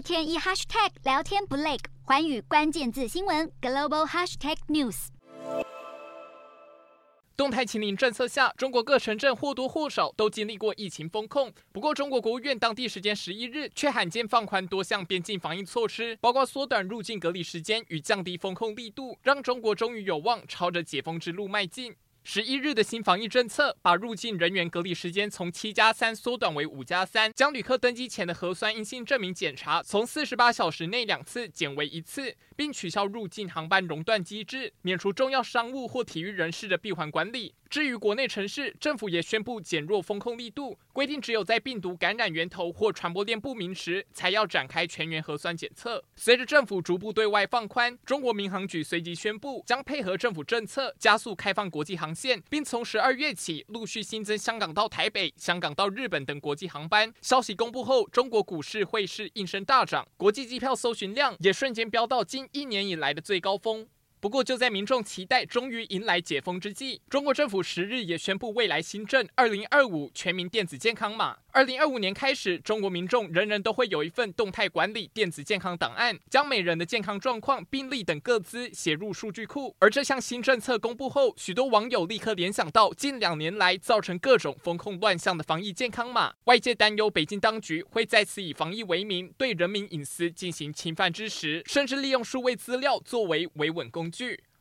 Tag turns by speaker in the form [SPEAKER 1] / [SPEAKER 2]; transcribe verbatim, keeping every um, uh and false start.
[SPEAKER 1] 天一 hashtag 聊天不累，寰宇关键字新闻 global hashtag news。
[SPEAKER 2] 动态清零政策下，中国各城镇或多或少都经历过疫情封控。不过，中国国务院当地时间十一日却罕见放宽多项边境防疫措施，包括缩短入境隔离时间与降低封控力度，让中国终于有望朝着解封之路迈进。十一日的新防疫政策把入境人员隔离时间从七加三缩短为五加三，将旅客登机前的核酸阴性证明检查从四十八小时内两次减为一次，并取消入境航班熔断机制，免除重要商务或体育人士的闭环管理。至于国内城市，政府也宣布减弱封控力度，规定只有在病毒感染源头或传播链不明时，才要展开全员核酸检测。随着政府逐步对外放宽，中国民航局随即宣布，将配合政府政策，加速开放国际航线，并从十二月起陆续新增香港到台北、香港到日本等国际航班。消息公布后，中国股市汇市应声大涨，国际机票搜寻量也瞬间飙到近一年以来的最高峰。不过，就在民众期待终于迎来解封之际，中国政府十日也宣布未来新政二零二五全民电子健康码。二零二五年开始，中国民众人人都会有一份动态管理电子健康档案，将每人的健康状况、病历等个资写入数据库。而这项新政策公布后，许多网友立刻联想到近两年来造成各种风控乱象的防疫健康码，外界担忧北京当局会再次以防疫为名对人民隐私进行侵犯之时，甚至利用数位资料作为维稳工具。